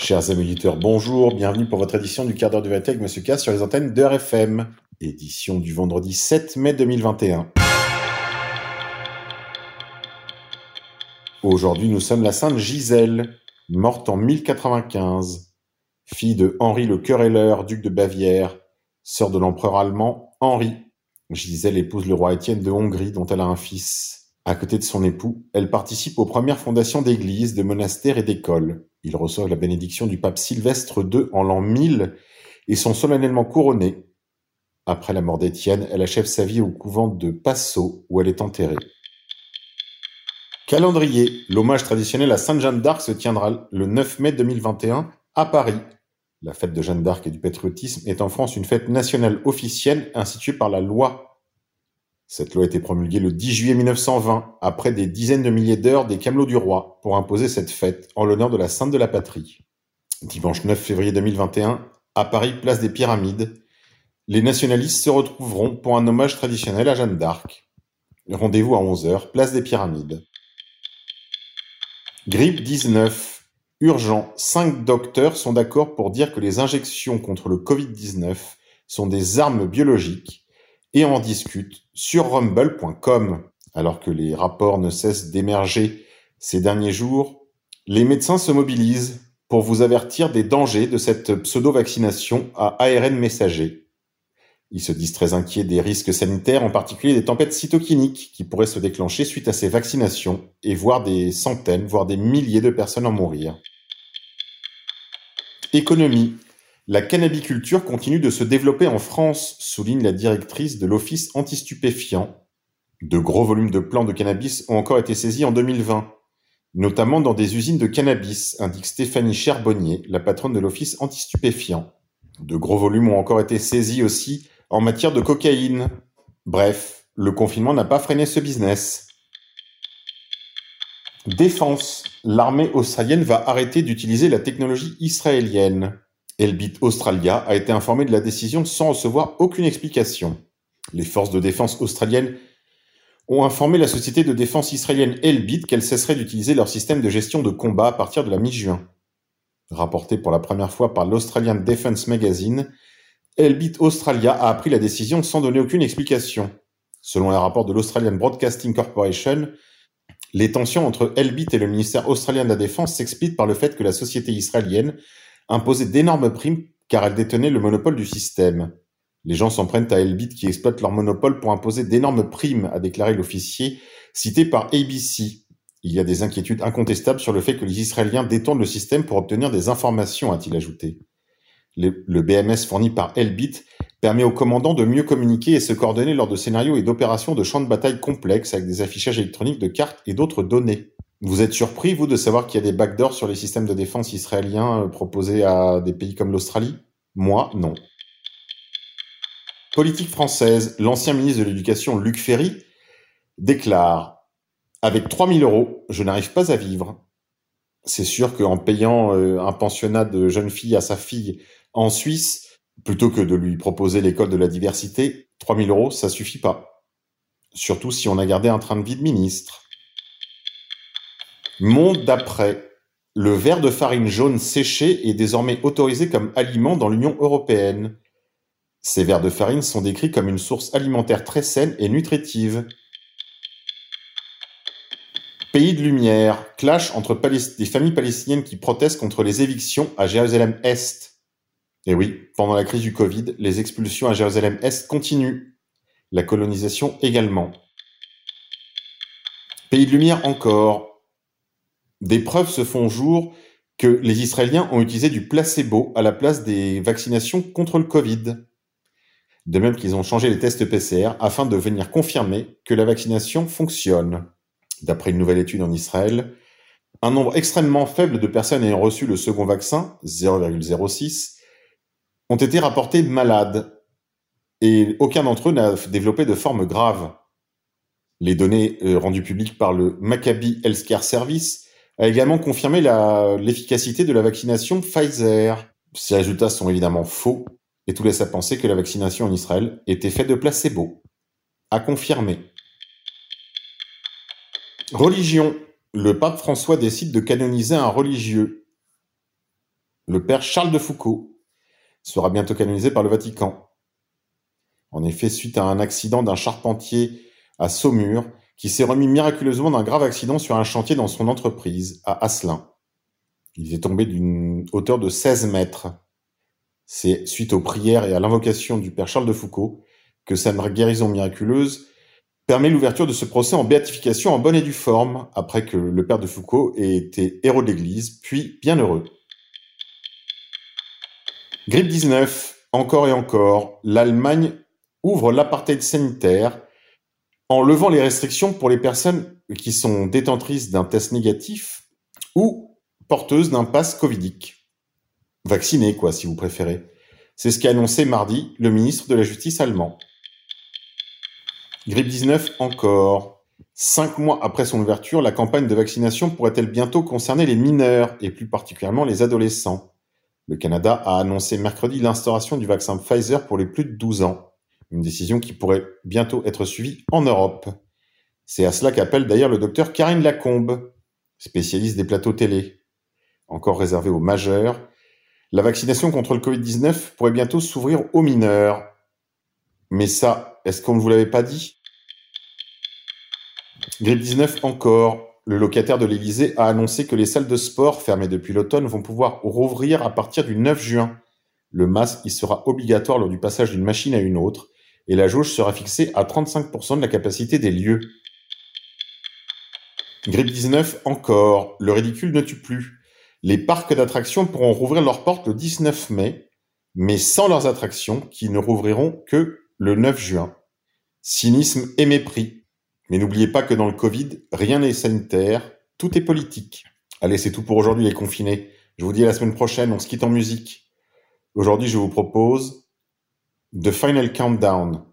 Chers amis auditeurs, bonjour, bienvenue pour votre édition du quart d'heure de vérité avec Monsieur K sur les antennes d'Heure FM. Édition du vendredi 7 mai 2021. Aujourd'hui, nous sommes la sainte Gisèle, morte en 1095, fille de Henri le Querelleur, duc de Bavière, sœur de l'empereur allemand Henri. Gisèle épouse le roi Étienne de Hongrie, dont elle a un fils. À côté de son époux, elle participe aux premières fondations d'églises, de monastères et d'écoles. Ils reçoivent la bénédiction du pape Sylvestre II en l'an 1000 et sont solennellement couronnés. Après la mort d'Étienne, elle achève sa vie au couvent de Passau, où elle est enterrée. Calendrier. L'hommage traditionnel à Sainte Jeanne d'Arc se tiendra le 9 mai 2021 à Paris. La fête de Jeanne d'Arc et du patriotisme est en France une fête nationale officielle instituée par la loi. Cette loi a été promulguée le 10 juillet 1920, après des dizaines de milliers d'heures des camelots du roi, pour imposer cette fête en l'honneur de la Sainte de la Patrie. Dimanche 9 février 2021, à Paris, place des Pyramides, les nationalistes se retrouveront pour un hommage traditionnel à Jeanne d'Arc. Rendez-vous à 11h, place des Pyramides. Grippe 19. Urgent. 5 docteurs sont d'accord pour dire que les injections contre le Covid-19 sont des armes biologiques et en discutent sur rumble.com. Alors que les rapports ne cessent d'émerger ces derniers jours, les médecins se mobilisent pour vous avertir des dangers de cette pseudo-vaccination à ARN messager. Ils se disent très inquiets des risques sanitaires, en particulier des tempêtes cytokiniques qui pourraient se déclencher suite à ces vaccinations et voir des centaines, voire des milliers de personnes en mourir. Économie. La cannabiculture continue de se développer en France, souligne la directrice de l'Office anti-stupéfiants. De gros volumes de plants de cannabis ont encore été saisis en 2020, notamment dans des usines de cannabis, indique Stéphanie Cherbonnier, la patronne de l'Office anti-stupéfiants. De gros volumes ont encore été saisis aussi en matière de cocaïne. Bref, le confinement n'a pas freiné ce business. Défense. L'armée australienne va arrêter d'utiliser la technologie israélienne. Elbit Australia a été informé de la décision sans recevoir aucune explication. Les forces de défense australiennes ont informé la société de défense israélienne Elbit qu'elle cesserait d'utiliser leur système de gestion de combat à partir de la mi-juin. Rapporté pour la première fois par l'Australian Defence Magazine, Elbit Australia a appris la décision sans donner aucune explication. Selon un rapport de l'Australian Broadcasting Corporation, les tensions entre Elbit et le ministère australien de la Défense s'expliquent par le fait que la société israélienne imposait d'énormes primes car elle détenait le monopole du système. Les gens s'en prennent à Elbit qui exploite leur monopole pour imposer d'énormes primes, a déclaré l'officier, cité par ABC. Il y a des inquiétudes incontestables sur le fait que les Israéliens détournent le système pour obtenir des informations, a-t-il ajouté. Le BMS fourni par Elbit permet aux commandants de mieux communiquer et se coordonner lors de scénarios et d'opérations de champs de bataille complexes avec des affichages électroniques de cartes et d'autres données. Vous êtes surpris, vous, de savoir qu'il y a des backdoors sur les systèmes de défense israéliens proposés à des pays comme l'Australie ? Moi, non. Politique française. L'ancien ministre de l'Éducation, Luc Ferry, déclare « Avec 3 000 €, je n'arrive pas à vivre. » C'est sûr qu'en payant un pensionnat de jeune fille à sa fille en Suisse, plutôt que de lui proposer l'école de la diversité, 3 000 €, ça suffit pas. Surtout si on a gardé un train de vie de ministre. Monde d'après. Le verre de farine jaune séché est désormais autorisé comme aliment dans l'Union européenne. Ces verres de farine sont décrits comme une source alimentaire très saine et nutritive. Pays de lumière. Clash entre des familles palestiniennes qui protestent contre les évictions à Jérusalem-Est. Et oui, pendant la crise du Covid, les expulsions à Jérusalem-Est continuent. La colonisation également. Pays de lumière encore. Des preuves se font jour que les Israéliens ont utilisé du placebo à la place des vaccinations contre le Covid. De même qu'ils ont changé les tests PCR afin de venir confirmer que la vaccination fonctionne. D'après une nouvelle étude en Israël, un nombre extrêmement faible de personnes ayant reçu le second vaccin, 0,06, ont été rapportés malades et aucun d'entre eux n'a développé de forme grave. Les données rendues publiques par le Maccabi Healthcare Service a également confirmé l'efficacité de la vaccination Pfizer. Ces résultats sont évidemment faux et tout laisse à penser que la vaccination en Israël était faite de placebo. À confirmer. Religion. Le pape François décide de canoniser un religieux. Le père Charles de Foucault sera bientôt canonisé par le Vatican. En effet, suite à un accident d'un charpentier à Saumur, qui s'est remis miraculeusement d'un grave accident sur un chantier dans son entreprise, à Asselin. Il est tombé d'une hauteur de 16 mètres. C'est suite aux prières et à l'invocation du père Charles de Foucault que sa guérison miraculeuse permet l'ouverture de ce procès en béatification en bonne et due forme, après que le père de Foucault ait été héros de l'Église, puis bienheureux. Grippe 19, encore et encore, l'Allemagne ouvre l'apartheid sanitaire en levant les restrictions pour les personnes qui sont détentrices d'un test négatif ou porteuses d'un pass covidique. Vaccinées, quoi, si vous préférez. C'est ce qu'a annoncé mardi le ministre de la Justice allemand. Grippe 19 encore. 5 mois après son ouverture, la campagne de vaccination pourrait-elle bientôt concerner les mineurs, et plus particulièrement les adolescents? Le Canada a annoncé mercredi l'instauration du vaccin Pfizer pour les plus de 12 ans. Une décision qui pourrait bientôt être suivie en Europe. C'est à cela qu'appelle d'ailleurs le docteur Karine Lacombe, spécialiste des plateaux télé. Encore réservée aux majeurs, la vaccination contre le Covid-19 pourrait bientôt s'ouvrir aux mineurs. Mais ça, est-ce qu'on ne vous l'avait pas dit? Grippe 19 encore. Le locataire de l'Élysée a annoncé que les salles de sport fermées depuis l'automne vont pouvoir rouvrir à partir du 9 juin. Le masque y sera obligatoire lors du passage d'une machine à une autre et la jauge sera fixée à 35% de la capacité des lieux. Grippe 19 encore. Le ridicule ne tue plus. Les parcs d'attractions pourront rouvrir leurs portes le 19 mai, mais sans leurs attractions qui ne rouvriront que le 9 juin. Cynisme et mépris. Mais n'oubliez pas que dans le Covid, rien n'est sanitaire, tout est politique. Allez, c'est tout pour aujourd'hui les confinés. Je vous dis à la semaine prochaine, on se quitte en musique. Aujourd'hui, je vous propose The Final Countdown